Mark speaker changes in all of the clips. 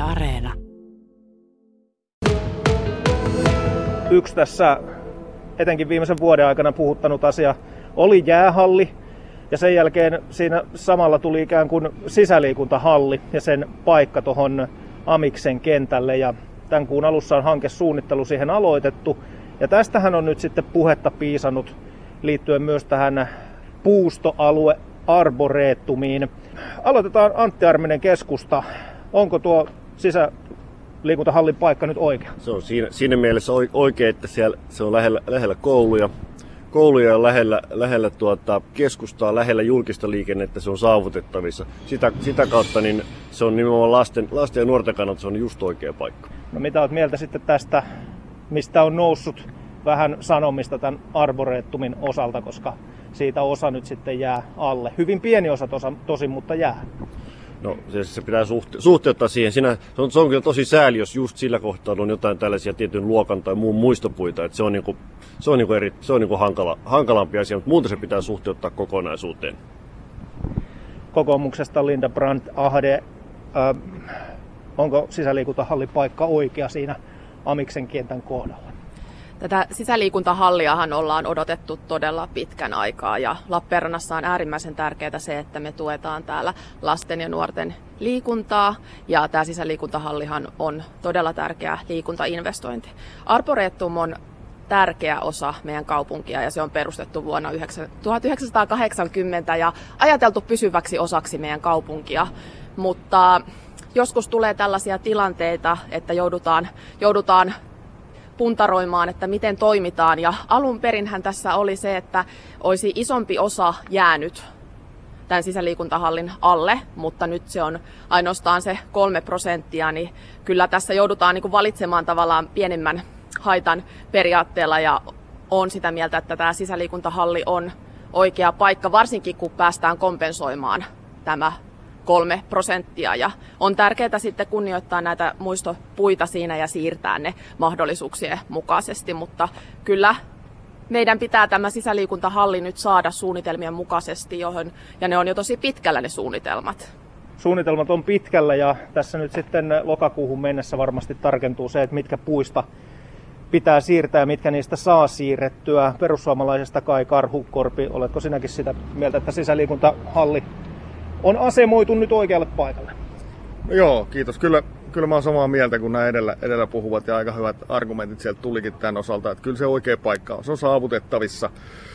Speaker 1: Areena.
Speaker 2: Yksi tässä etenkin viimeisen vuoden aikana puhuttanut asia oli jäähalli. Ja sen jälkeen siinä samalla tuli ikään kuin sisäliikuntahalli ja sen paikka tuohon Amiksen kentälle. Ja tämän kuun alussa on hankesuunnittelu siihen aloitettu. Ja tästähän on nyt sitten puhetta piisannut liittyen myös tähän puustoalue arboretumiin. Aloitetaan Antti Arminen keskusta. Onko tuo sisäliikuntahallin paikka nyt oikea?
Speaker 3: Se on siinä mielessä oikein, että se on lähellä kouluja. Kouluja on lähellä keskustaa, lähellä julkista liikennettä, se on saavutettavissa. Sitä kautta niin se on nimenomaan lasten ja nuorten kannalta se on just oikea paikka.
Speaker 2: No mitä olet mieltä sitten tästä, mistä on noussut vähän sanomista tämän arboretumin osalta, koska siitä osa nyt sitten jää alle. Hyvin pieni osa tosin, mutta jää.
Speaker 3: No se pitää suhteuttaa siihen. Se on kyllä tosi sääli, jos just sillä kohtaa on jotain tällaisia tietyn luokan tai muun muistopuita. Että se on hankalampi asia, mutta muuten se pitää suhteuttaa kokonaisuuteen.
Speaker 2: Kokoomuksesta Linda Brandt-Ahde. Onko sisäliikuntahallipaikka oikea siinä Amiksen kentän kohdalla?
Speaker 4: Tätä sisäliikuntahalliahan ollaan odotettu todella pitkän aikaa ja Lappeenrannassa on äärimmäisen tärkeää se, että me tuetaan täällä lasten ja nuorten liikuntaa ja tämä sisäliikuntahallihan on todella tärkeä liikuntainvestointi. Arboretum on tärkeä osa meidän kaupunkia ja se on perustettu vuonna 1980 ja ajateltu pysyväksi osaksi meidän kaupunkia, mutta joskus tulee tällaisia tilanteita, että joudutaan puntaroimaan, että miten toimitaan. Ja alun perinhän tässä oli se, että olisi isompi osa jäänyt tämän sisäliikuntahallin alle, mutta nyt se on ainoastaan se 3%, niin kyllä tässä joudutaan valitsemaan tavallaan pienemmän haitan periaatteella ja on sitä mieltä, että tämä sisäliikuntahalli on oikea paikka, varsinkin kun päästään kompensoimaan tämä 3%. Ja on tärkeää sitten kunnioittaa näitä muistopuita siinä ja siirtää ne mahdollisuuksien mukaisesti, mutta kyllä meidän pitää tämä sisäliikuntahalli nyt saada suunnitelmien mukaisesti, ja ne on jo tosi pitkällä ne suunnitelmat.
Speaker 2: Suunnitelmat on pitkällä ja tässä nyt sitten lokakuuhun mennessä varmasti tarkentuu se, että mitkä puista pitää siirtää ja mitkä niistä saa siirrettyä. Perussuomalaisesta Kai Karhukorpi, oletko sinäkin sitä mieltä, että sisäliikuntahalli on asemoitu nyt oikealle paikalle?
Speaker 5: No joo, kiitos. Kyllä mä oon samaa mieltä kuin nämä edellä puhuvat ja aika hyvät argumentit sieltä tulikin tämän osalta. Että kyllä se oikea paikka on. Se on saavutettavissa.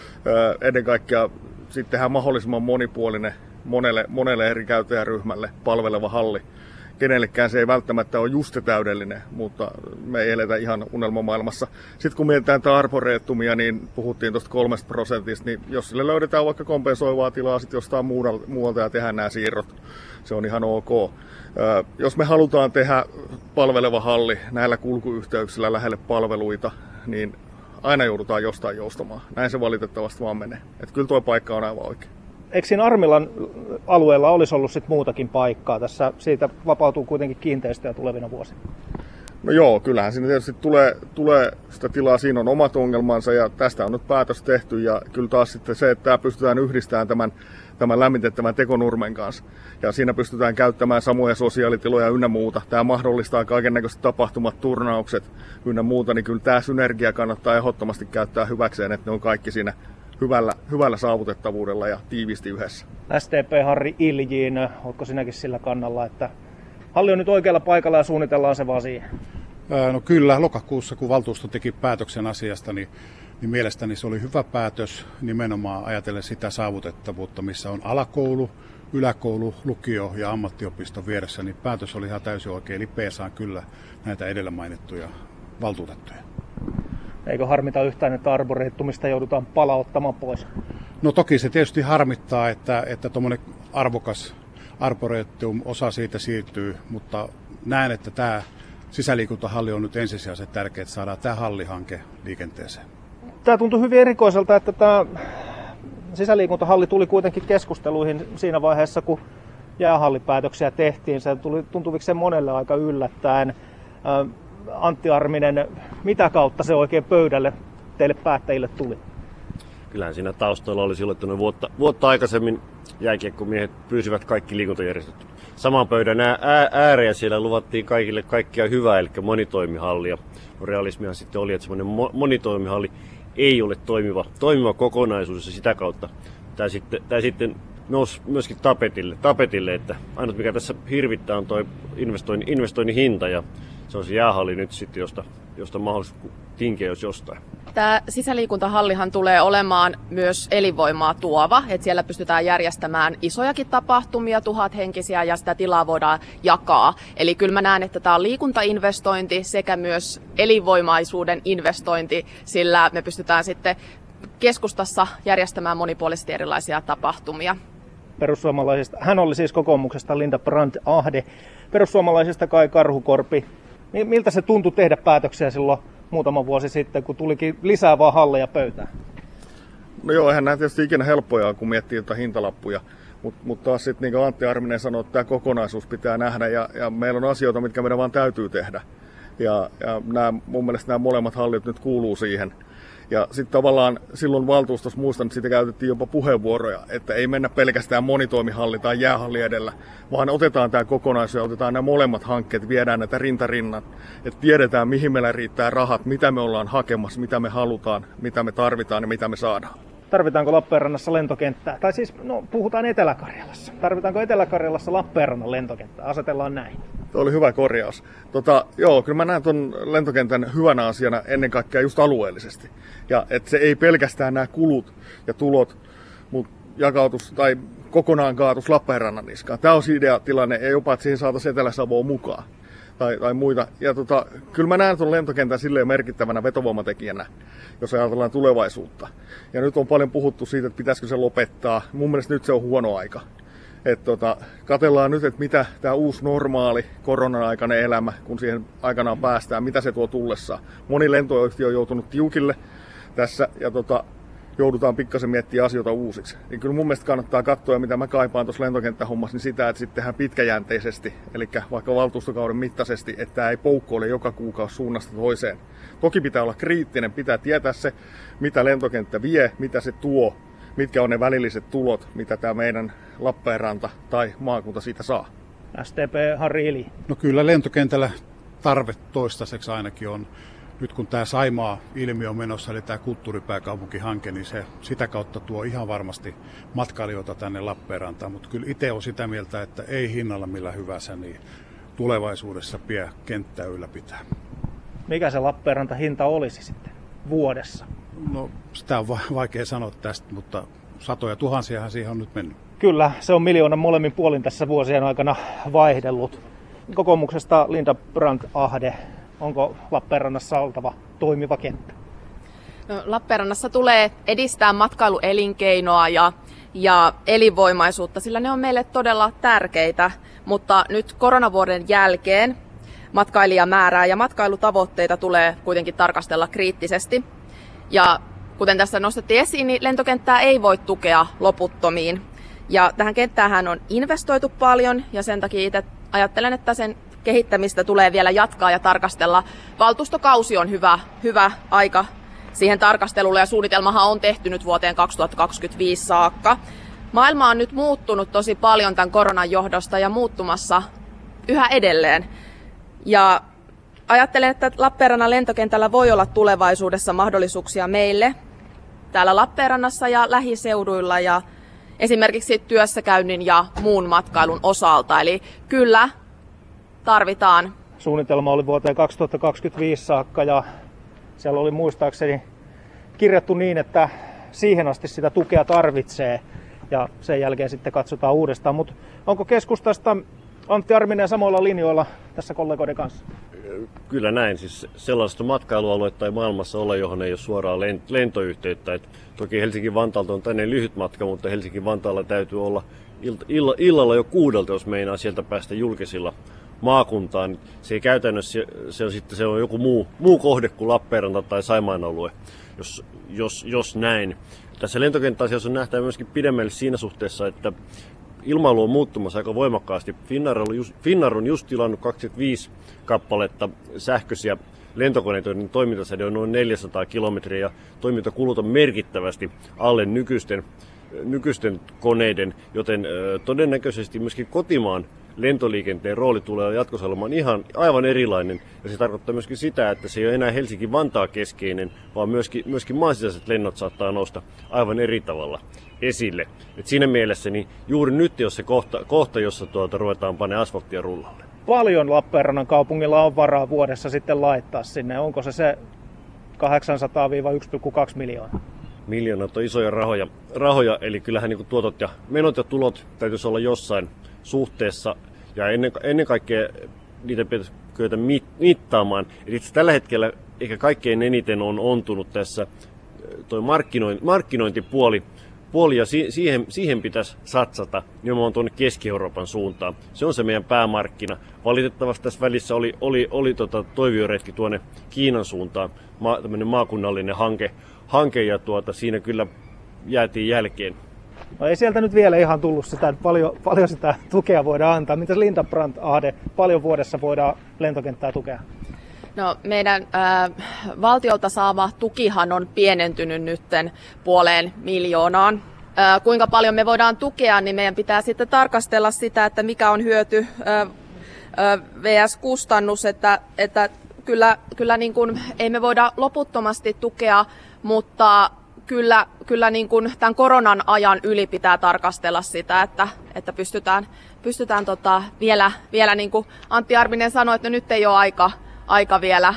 Speaker 5: Ennen kaikkea sitten tehdään mahdollisimman monipuolinen monelle eri käyttäjäryhmälle palveleva halli. Kenellekään se ei välttämättä ole just täydellinen, mutta me ei eletä ihan unelmamaailmassa. Sitten kun mietitään tätä arboretumia, niin puhuttiin tuosta 3%, niin jos sille löydetään vaikka kompensoivaa tilaa sitten jostain muualta ja tehdään nämä siirrot, se on ihan ok. Jos me halutaan tehdä palveleva halli näillä kulkuyhteyksillä lähelle palveluita, niin aina joudutaan jostain joustamaan. Näin se valitettavasti vaan menee. Että kyllä tuo paikka on aivan oikein.
Speaker 2: Eikö siinä Armilan alueella olisi ollut sit muutakin paikkaa? Tässä siitä vapautuu kuitenkin kiinteistöjä tulevina vuosina.
Speaker 5: No joo, kyllähän siinä tietysti tulee sitä tilaa, siinä on omat ongelmansa ja tästä on nyt päätös tehty ja kyllä taas sitten se, että tämä pystytään yhdistämään tämän lämmitettävän tekonurmen kanssa ja siinä pystytään käyttämään samoja sosiaalitiloja ynnä muuta. Tämä mahdollistaa kaikennäköiset tapahtumat, turnaukset ynnä muuta, niin kyllä tämä synergia kannattaa ehdottomasti käyttää hyväkseen, että ne on kaikki siinä hyvällä saavutettavuudella ja tiiviisti yhdessä.
Speaker 2: SDP Harri Iljiin, oletko sinäkin sillä kannalla, että halli on nyt oikealla paikalla ja suunnitellaan se vaan siihen?
Speaker 6: No kyllä, lokakuussa kun valtuusto teki päätöksen asiasta, niin mielestäni se oli hyvä päätös nimenomaan ajatellen sitä saavutettavuutta, missä on alakoulu, yläkoulu, lukio ja ammattiopisto vieressä, niin päätös oli ihan täysin oikein, eli peesaan kyllä näitä edellä mainittuja valtuutettuja.
Speaker 2: Eikö harmita yhtään, että arboretumista joudutaan palauttamaan pois?
Speaker 6: No toki se tietysti harmittaa, että tuommoinen arvokas arboretum, osa siitä siirtyy, mutta näen, että tämä sisäliikuntahalli on nyt ensisijaisen tärkeää, että saadaan tämä hallihanke liikenteeseen. Tämä
Speaker 2: tuntui hyvin erikoiselta, että tämä sisäliikuntahalli tuli kuitenkin keskusteluihin siinä vaiheessa, kun jäähallipäätöksiä tehtiin. Se tuntuviksi se monelle aika yllättäen. Antti Arminen, mitä kautta se oikein pöydälle teille päättäjille tuli?
Speaker 3: kyllähän siinä taustalla oli silloin, että vuotta aikaisemmin jääkiekkomiehet pyysivät kaikki liikuntajärjestöt saman pöydän ääreen. Siellä luvattiin kaikille kaikkia hyvää, eli monitoimihallia. Realismihan sitten oli, että semmoinen monitoimihalli ei ole toimiva kokonaisuus, ja sitä kautta tämä sitten nousi myöskin tapetille, että ainut mikä tässä hirvittää on tuo investoinnin hinta, ja se on se jäähalli nyt sitten, josta mahdollisesti tinkeä jos jostain.
Speaker 4: Tämä sisäliikuntahallihan tulee olemaan myös elinvoimaa tuova, että siellä pystytään järjestämään isojakin tapahtumia, 1000 henkisiä, ja sitä tilaa voidaan jakaa. Eli kyllä mä näen, että tämä on liikuntainvestointi sekä myös elinvoimaisuuden investointi, sillä me pystytään sitten keskustassa järjestämään monipuolisesti erilaisia tapahtumia.
Speaker 2: Perussuomalaisista, hän oli siis kokoomuksesta Linda Brandt-Ahde, perussuomalaisista Kai Karhukorpi. Miltä se tuntui tehdä päätöksiä silloin muutama vuosi sitten, kun tulikin lisää vaan halleja pöytään?
Speaker 5: No joo, eihän nämä tietysti ikinä helppoja, kun miettii jotain hintalappuja. Mutta taas sitten, niin kuin Antti Arminen sanoi, että tämä kokonaisuus pitää nähdä, ja meillä on asioita, mitkä meidän vaan täytyy tehdä. Ja mun mielestä nämä molemmat hallit nyt kuuluu siihen. Ja sitten tavallaan silloin valtuustossa muistan, että siitä käytettiin jopa puheenvuoroja, että ei mennä pelkästään monitoimihalli tai jäähalli edellä, vaan otetaan tämä kokonaisuus ja otetaan nämä molemmat hankkeet, viedään näitä rintarinnan, että tiedetään mihin meillä riittää rahat, mitä me ollaan hakemassa, mitä me halutaan, mitä me tarvitaan ja mitä me saadaan.
Speaker 2: Tarvitaanko Lappeenrannassa lentokenttää? Tai siis, puhutaan Etelä-Karjalassa. Tarvitaanko Etelä-Karjalassa Lappeenrannan lentokenttää? Asetellaan näin.
Speaker 5: Tuo oli hyvä korjaus. Joo, kyllä mä näen tuon lentokentän hyvänä asiana ennen kaikkea just alueellisesti. Ja että se ei pelkästään nämä kulut ja tulot, mutta jakautus tai kokonaan kaatus Lappeenrannan niskaan. Tämä on ideatilanne, ja jopa, että siihen saataisiin Etelä-Savoa mukaan. Tai muita. Ja kyllä mä näen tuon lentokentän silleen merkittävänä vetovoimatekijänä, jos ajatellaan tulevaisuutta. Ja nyt on paljon puhuttu siitä, että pitäisikö se lopettaa. Mun mielestä nyt se on huono aika. Katellaan nyt, että mitä tämä uusi normaali koronan aikainen elämä, kun siihen aikanaan päästään, mitä se tuo tullessaan. Moni lentoyhtiö on joutunut tiukille tässä, ja joudutaan pikkasen miettimään asioita uusiksi. Niin kyllä mun mielestä kannattaa katsoa, mitä mä kaipaan tuossa lentokenttähommassa, niin sitä, että sitten tehdään pitkäjänteisesti, eli vaikka valtuustokauden mittaisesti, että tämä ei poukkoile joka kuukausi suunnasta toiseen. Toki pitää olla kriittinen, pitää tietää se, mitä lentokenttä vie, mitä se tuo, mitkä on ne välilliset tulot, mitä tämä meidän Lappeenranta tai maakunta siitä saa.
Speaker 2: STP Harri Ili.
Speaker 6: No kyllä lentokentällä tarve toistaiseksi ainakin on. Nyt kun tämä Saimaa-ilmiö on menossa, eli tämä kulttuuripääkaupunkihanke, niin se sitä kautta tuo ihan varmasti matkailijoita tänne Lappeenrantaan. Mutta kyllä itse olen sitä mieltä, että ei hinnalla millä hyvänsä, niin tulevaisuudessa pidä kenttää ylläpitää. Mikä
Speaker 2: se Lappeenranta-hinta olisi sitten vuodessa?
Speaker 6: No sitä on vaikea sanoa tästä, mutta satoja tuhansiahan siihen on nyt mennyt.
Speaker 2: Kyllä, se on miljoonan molemmin puolin tässä vuosien aikana vaihdellut. Kokoomuksesta Linda Brandt-Ahde. Onko Lappeenrannassa oltava toimiva kenttä?
Speaker 4: No, Lappeenrannassa tulee edistää matkailuelinkeinoa ja elinvoimaisuutta, sillä ne on meille todella tärkeitä. Mutta nyt koronavuoden jälkeen matkailijamäärää ja matkailutavoitteita tulee kuitenkin tarkastella kriittisesti. Ja kuten tässä nostettiin esiin, niin lentokenttää ei voi tukea loputtomiin. Ja tähän kenttään on investoitu paljon, ja sen takia itse ajattelen, että sen kehittämistä tulee vielä jatkaa ja tarkastella. Valtuustokausi on hyvä aika siihen tarkastelulle, ja suunnitelmahan on tehty nyt vuoteen 2025 saakka. Maailma on nyt muuttunut tosi paljon tämän koronan johdosta ja muuttumassa yhä edelleen. Ja ajattelen, että Lappeenrannan lentokentällä voi olla tulevaisuudessa mahdollisuuksia meille täällä Lappeenrannassa ja lähiseuduilla ja esimerkiksi työssäkäynnin ja muun matkailun osalta. Eli kyllä tarvitaan.
Speaker 2: Suunnitelma oli vuoteen 2025 saakka, ja siellä oli muistaakseni kirjattu niin, että siihen asti sitä tukea tarvitsee, ja sen jälkeen sitten katsotaan uudestaan. Mutta onko keskustasta Antti Arminen samoilla linjoilla tässä kollegoiden kanssa?
Speaker 3: Kyllä näin. Siis sellaista matkailualuetta ei maailmassa ole, johon ei ole suoraan lentoyhteyttä. Toki Helsinki-Vantaalta on tänne lyhyt matka, mutta Helsinki-Vantaalla täytyy olla illalla jo 6, jos meinaa sieltä päästä julkisilla maakuntaan. Se ei käytännössä, se on joku muu kohde kuin Lappeenranta tai Saimaan alue, jos näin. Tässä lentokenttäasiassa on nähtävä myöskin pidemmälle siinä suhteessa, että ilmailu on muuttumassa aika voimakkaasti. Finnair on just tilannut 25 kappaletta sähköisiä lentokoneiden toimintasäde on noin 400 kilometriä ja toimintakulut on merkittävästi alle nykyisten koneiden, joten todennäköisesti myöskin kotimaan lentoliikenteen rooli tulee jatkossa olemaan aivan erilainen. Ja se tarkoittaa myöskin sitä, että se ei ole enää Helsinki-Vantaa keskeinen, vaan myöskin maansisäiset lennot saattaa nousta aivan eri tavalla esille. Et siinä mielessä niin juuri nyt jos se kohta jossa ruvetaan panemaan asfalttia rullalle.
Speaker 2: Paljon Lappeenrannan kaupungilla on varaa vuodessa sitten laittaa sinne. Onko se 800-1,2 miljoonaa?
Speaker 3: Miljoonat on isoja rahoja, eli kyllähän niin tuotot ja menot ja tulot täytyisi olla jossain suhteessa, ja ennen kaikkea niitä pitäisi kyetä mittaamaan. Eli itse tällä hetkellä ehkä kaikkein eniten on ontunut tässä tuo markkinointipuoli, ja siihen pitäisi satsata nimenomaan tuonne Keski-Euroopan suuntaan. Se on se meidän päämarkkina. Valitettavasti tässä välissä oli toivioretki tuonne Kiinan suuntaan, tämmöinen maakunnallinen hanke ja siinä kyllä jäätiin jälkeen.
Speaker 2: No ei sieltä nyt vielä ihan tullut sitä, paljon sitä tukea voidaan antaa. Mitäs Linda Brandt Ahde, paljon vuodessa voidaan lentokenttää tukea?
Speaker 4: No meidän valtiolta saava tukihan on pienentynyt nytten 500 miljoonaan. Kuinka paljon me voidaan tukea, niin meidän pitää sitten tarkastella sitä, että mikä on hyöty vs-kustannus, että kyllä niin kuin, ei me voida loputtomasti tukea, mutta kyllä niin kuin tämän koronan ajan yli pitää tarkastella sitä, että pystytään vielä niin kuin Antti Arvinen sanoi, että nyt ei ole aika vielä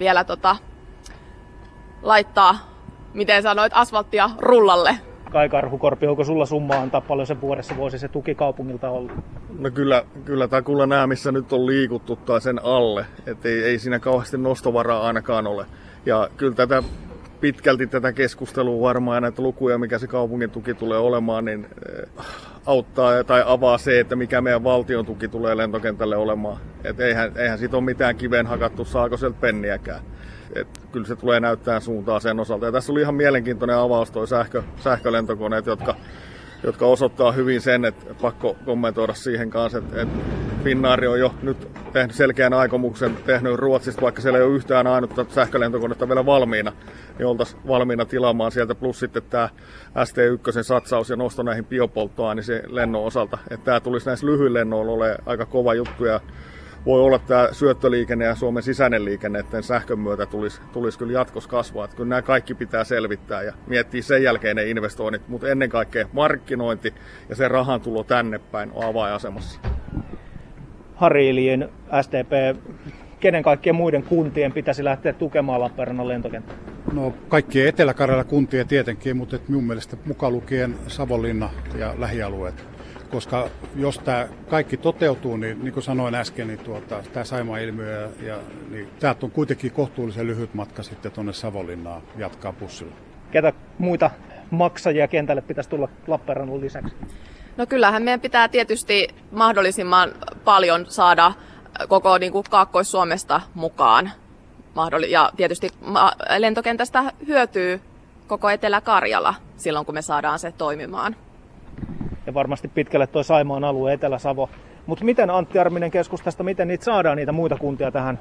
Speaker 4: laittaa, miten sanoit, asfalttia rullalle.
Speaker 2: Kai Karhukorpi, onko sulla summa antaa paljon se vuodessa voisi se tuki kaupungilta olla?
Speaker 5: No kyllä takulla nämä, missä nyt on liikuttu tai sen alle, että ei siinä kauheasti nostovaraa ainakaan ole. Ja kyllä pitkälti tätä keskustelua varmaan ja näitä lukuja, mikä se kaupungin tuki tulee olemaan, niin auttaa tai avaa se, että mikä meidän valtion tuki tulee lentokentälle olemaan. Et eihän siitä ole mitään kiveen hakattu, saako sieltä penniäkään. Et kyllä se tulee näyttämään suuntaa sen osalta. Ja tässä oli ihan mielenkiintoinen avaus toi sähkölentokoneet, jotka osoittaa hyvin sen, että pakko kommentoida siihen kanssa, että Finnair on jo nyt tehnyt selkeän aikomuksen, tehnyt Ruotsista, vaikka siellä ei ole yhtään ainutta sähkölentokonetta vielä valmiina, niin oltaisiin valmiina tilaamaan sieltä, plus sitten tämä ST1-satsaus ja nosto näihin biopolttoaineisiin lennon osalta. Että tämä tulisi näissä lyhylennoilla olemaan aika kova juttu, ja voi olla, että tämä syöttöliikenne ja Suomen sisäinen liikenne, että sähkön myötä tulisi kyllä jatkossa kasvaa. Että kyllä nämä kaikki pitää selvittää ja miettiä sen jälkeen ne investoinnit, mutta ennen kaikkea markkinointi ja se rahan tulo tänne päin on avainasemassa.
Speaker 2: Harri Iljin, SDP, kenen kaikkien muiden kuntien pitäisi lähteä tukemaan Lappeenrannan lentokenttää?
Speaker 6: No kaikkien Etelä-Karjalan kuntien tietenkin, mutta minun mielestä mukaan lukien Savonlinna ja lähialueet. Koska jos tämä kaikki toteutuu, niin kuin sanoin äsken, niin tämä Saimaan ilmiö, niin täältä on kuitenkin kohtuullisen lyhyt matka sitten tuonne Savonlinnaan jatkaa bussilla.
Speaker 2: Ketä muita maksajia kentälle pitäisi tulla Lappeenrannan lisäksi?
Speaker 4: No kyllähän meidän pitää tietysti mahdollisimman paljon saada koko niin kuin Kaakkois-Suomesta mukaan. Ja tietysti lentokentästä hyötyy koko Etelä-Karjala silloin, kun me saadaan se toimimaan.
Speaker 2: Ja varmasti pitkälle tuo Saimaan alue, Etelä-Savo. Mutta miten Antti Arminen keskustasta, miten niitä saadaan niitä muita kuntia tähän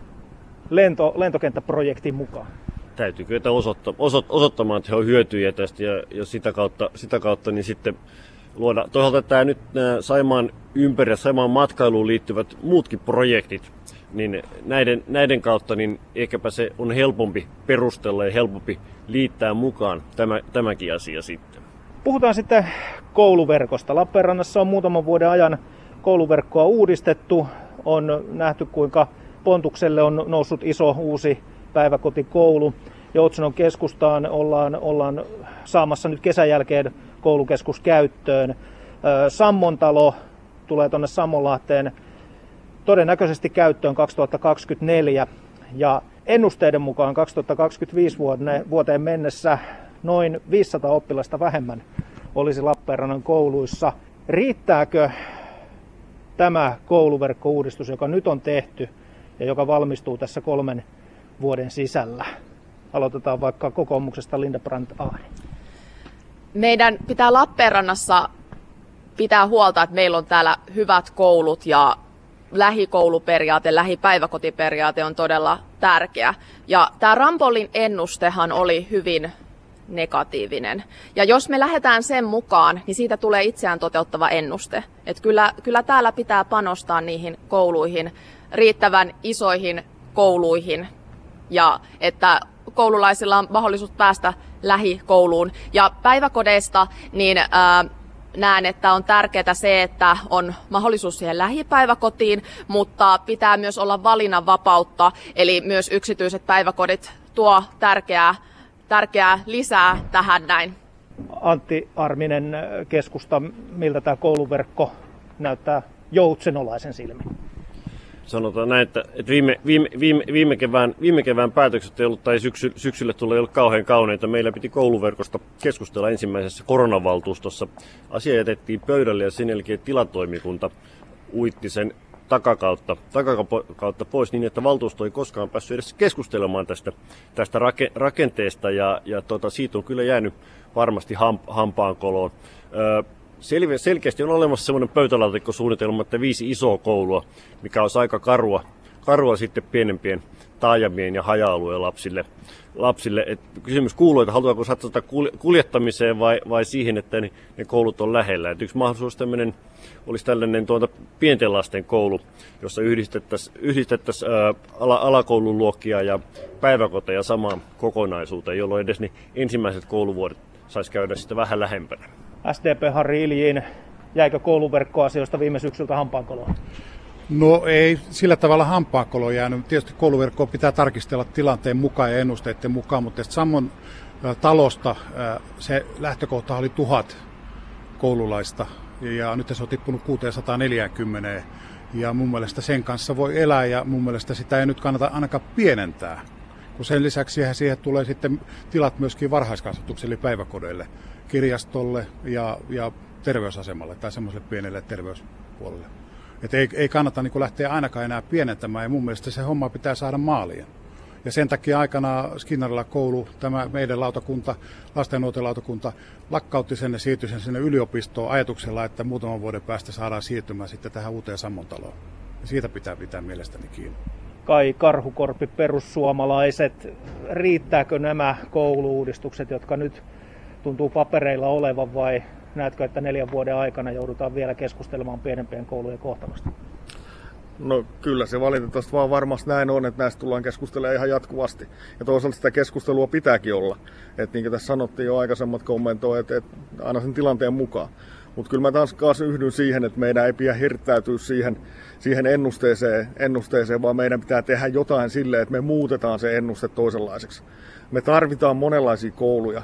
Speaker 2: lentokenttäprojektiin mukaan?
Speaker 3: Täytyy kyllä osoittamaan, että he on hyötyjiä tästä ja sitä kautta niin sitten luoda. Toisaalta tämä nyt Saimaan ympäri ja Saimaan matkailuun liittyvät muutkin projektit, niin näiden kautta niin ehkäpä se on helpompi perustella ja helpompi liittää mukaan tämäkin asia sitten.
Speaker 2: Puhutaan sitten kouluverkosta. Lappeenrannassa on muutaman vuoden ajan kouluverkkoa uudistettu. On nähty, kuinka Pontukselle on noussut iso uusi päiväkotikoulu. Joutsenon keskustaan ollaan saamassa nyt kesän jälkeen koulukeskus käyttöön. Sammontalo tulee tuonne Sammonlahteen todennäköisesti käyttöön 2024. Ja ennusteiden mukaan 2025 vuoteen mennessä noin 500 oppilasta vähemmän olisi Lappeenrannan kouluissa. Riittääkö tämä kouluverkkouudistus, joka nyt on tehty ja joka valmistuu tässä 3 vuoden sisällä? Aloitetaan vaikka kokoomuksesta Linda Brandt Ahde.
Speaker 4: Meidän pitää Lappeenrannassa pitää huolta, että meillä on täällä hyvät koulut ja lähikouluperiaate, lähipäiväkotiperiaate on tärkeä. Ja tämä Rambollin ennustehan oli hyvin negatiivinen. Ja jos me lähdetään sen mukaan, niin siitä tulee itseään toteuttava ennuste. Et kyllä täällä pitää panostaa niihin kouluihin, riittävän isoihin kouluihin, ja että koululaisilla on mahdollisuus päästä lähikouluun. Ja päiväkodeista niin näen, että on tärkeää se, että on mahdollisuus siihen lähipäiväkotiin, mutta pitää myös olla valinnanvapautta, eli myös yksityiset päiväkodit tuo tärkeää lisää tähän näin.
Speaker 2: Antti Arminen, keskusta, miltä tämä kouluverkko näyttää joutsenolaisen silmin?
Speaker 3: Sanotaan näin, että viime kevään päätökset ei ollut, tai syksylle ei ollut kauhean kauneita. Meillä piti kouluverkosta keskustella ensimmäisessä koronavaltuustossa. Asia jätettiin pöydälle ja sen jälkeen tilatoimikunta uitti sen takakautta pois niin, että valtuusto ei koskaan päässyt edes keskustelemaan tästä rakenteesta ja siitä on kyllä jäänyt varmasti hampaankoloon. Selkeästi on olemassa sellainen pöytälaatikkosuunnitelma, että 5 isoa koulua, mikä on aika karua sitten pienempien taajamien ja haja-alueen lapsille. Et kysymys kuuluu, että halutaanko satsata kuljettamiseen vai siihen, että ne koulut on lähellä. Et yksi mahdollisuus olisi tällainen pienten lasten koulu, jossa yhdistettäisiin alakoululuokkia ja päiväkoteja samaan kokonaisuuteen, jolloin edes ne ensimmäiset kouluvuodet saisi käydä sitten vähän lähempänä.
Speaker 2: SDP Harri Iljin, jäikö kouluverkkoasioista viime syksyltä hampaankoloon?
Speaker 6: No ei sillä tavalla hampaankoloon jäänyt. Tietysti kouluverkkoa pitää tarkistella tilanteen mukaan ja ennusteiden mukaan, mutta Sammon talosta se lähtökohta oli 1000 koululaista ja nyt se on tippunut 640. Ja mun mielestä sen kanssa voi elää ja mun mielestä sitä ei nyt kannata ainakaan pienentää. Kun sen lisäksi siihen tulee sitten tilat myöskin varhaiskasvatukselle, päiväkodeille, kirjastolle ja terveysasemalle tai semmoiselle pienelle terveyspuolelle. Et ei kannata niin lähteä ainakaan enää pienentämään ja mun mielestä se homma pitää saada maaliin. Ja sen takia aikana Skinnarilla koulu, tämä meidän lautakunta, lasten ja nuorten lautakunta, lakkautti sen ja siirtyi sen sinne yliopistoon ajatuksella, että muutaman vuoden päästä saadaan siirtymään sitten tähän uuteen Sammon taloon. Ja siitä pitää pitää mielestäni kiinni.
Speaker 2: Kai Karhukorpi, perussuomalaiset, riittääkö nämä koulu-uudistukset, jotka nyt tuntuu papereilla olevan, vai näetkö, että 4 vuoden aikana joudutaan vielä keskustelemaan pienempien koulujen kohtalosta?
Speaker 5: No kyllä se valitettavasti vaan varmasti näin on, että näistä tullaan keskustelemaan ihan jatkuvasti. Ja toisaalta sitä keskustelua pitääkin olla. Että niin kuin tässä sanottiin jo aikaisemmat kommentoijat, että aina sen tilanteen mukaan. Mutta kyllä mä taas yhdyn siihen, että meidän ei pidä hirttäytyä siihen ennusteeseen, vaan meidän pitää tehdä jotain silleen, että me muutetaan se ennuste toisenlaiseksi. Me tarvitaan monenlaisia kouluja.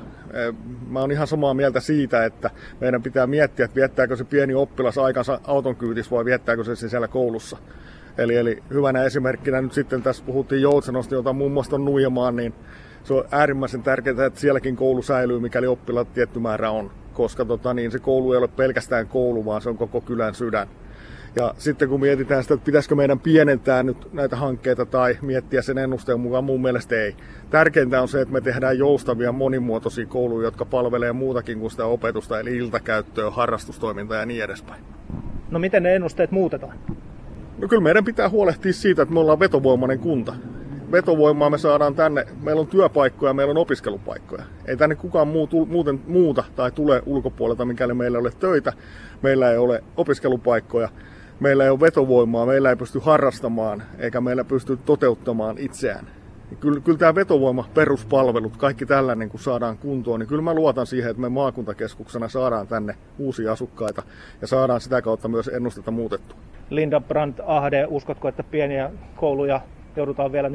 Speaker 5: Mä oon ihan samaa mieltä siitä, että meidän pitää miettiä, että viettääkö se pieni oppilas aikansa auton kyytissä vai viettääkö se siellä koulussa. Eli hyvänä esimerkkinä nyt sitten tässä puhuttiin Joutsenosta, jota muun muassa on Nuijamaan, niin se on äärimmäisen tärkeää, että sielläkin koulu säilyy, mikäli oppilaat tietty määrä on. Koska se koulu ei ole pelkästään koulu, vaan se on koko kylän sydän. Ja sitten kun mietitään sitä, että pitäisikö meidän pienentää nyt näitä hankkeita tai miettiä sen ennusteen mukaan, mun mielestä ei. Tärkeintä on se, että me tehdään joustavia, monimuotoisia kouluja, jotka palvelee muutakin kuin sitä opetusta, eli iltakäyttöä, harrastustoimintaa ja niin edespäin.
Speaker 2: No miten ne ennusteet muutetaan?
Speaker 5: No kyllä meidän pitää huolehtia siitä, että me ollaan vetovoimainen kunta. Vetovoimaa me saadaan tänne, meillä on työpaikkoja, meillä on opiskelupaikkoja. Ei tänne kukaan muuten muuta tai tule ulkopuolelta, mikäli meillä ei ole töitä, meillä ei ole opiskelupaikkoja, meillä ei ole vetovoimaa, meillä ei pysty harrastamaan eikä meillä pysty toteuttamaan itseään. Kyllä tämä vetovoima, peruspalvelut, kaikki tällainen kun saadaan kuntoon, niin kyllä mä luotan siihen, että me maakuntakeskuksena saadaan tänne uusia asukkaita ja saadaan sitä kautta myös ennustetta muutettua.
Speaker 2: Linda Brandt Ahde, uskotko, että pieniä kouluja joudutaan vielä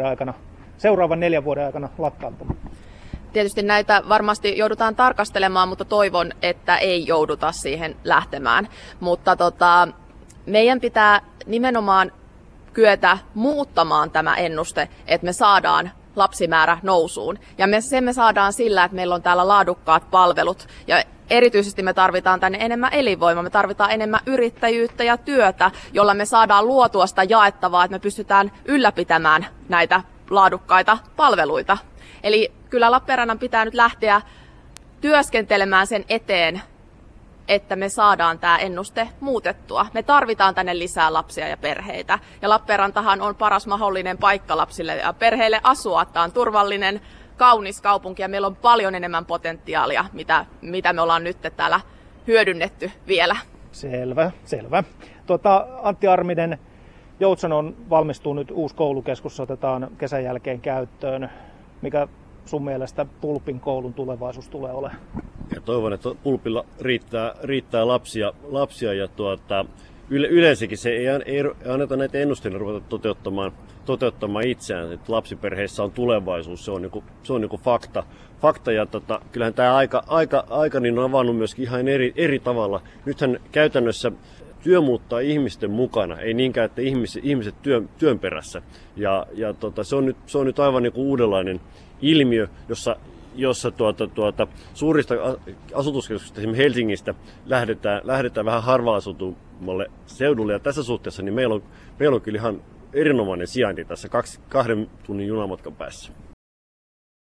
Speaker 2: seuraavan 4 vuoden aikana lakkauttamaan?
Speaker 4: Tietysti näitä varmasti joudutaan tarkastelemaan, mutta toivon, että ei jouduta siihen lähtemään. Mutta meidän pitää nimenomaan kyetä muuttamaan tämä ennuste, että me saadaan lapsimäärä nousuun. Ja sen me saadaan sillä, että meillä on täällä laadukkaat palvelut. Ja erityisesti me tarvitaan tänne enemmän elinvoimaa, me tarvitaan enemmän yrittäjyyttä ja työtä, jolla me saadaan luotua sitä jaettavaa, että me pystytään ylläpitämään näitä laadukkaita palveluita. Eli kyllä Lappeenrannan pitää nyt lähteä työskentelemään sen eteen, että me saadaan tämä ennuste muutettua. Me tarvitaan tänne lisää lapsia ja perheitä. Ja Lappeenrantahan on paras mahdollinen paikka lapsille ja perheille asua. Tämä on turvallinen, kaunis kaupunki ja meillä on paljon enemmän potentiaalia, mitä me ollaan nyt täällä hyödynnetty vielä.
Speaker 2: Selvä. Antti Arminen, Joutsanon valmistuu nyt uusi koulukeskus, otetaan kesän jälkeen käyttöön. Mikä sun mielestä Pulpin koulun tulevaisuus tulee olemaan?
Speaker 3: Ja toivon, että Pulpilla riittää lapsia ja yleensäkin se ei anneta näitä ennusteita ruveta toteuttamaan itseään. Että lapsiperheissä on tulevaisuus, se on niinku fakta ja kyllähän tämä aika niin on avannut myöskin ihan eri tavalla. Nythän käytännössä työ muuttaa ihmisten mukana, ei niinkään, että ihmiset työn perässä. Ja se on nyt aivan niin kuin uudenlainen ilmiö, jossa suurista asutuskeskuksista, esimerkiksi Helsingistä, lähdetään vähän harva-asutummalle seudulle. Ja tässä suhteessa niin meillä on kyllä ihan erinomainen sijainti tässä 2 tunnin junamatkan päässä.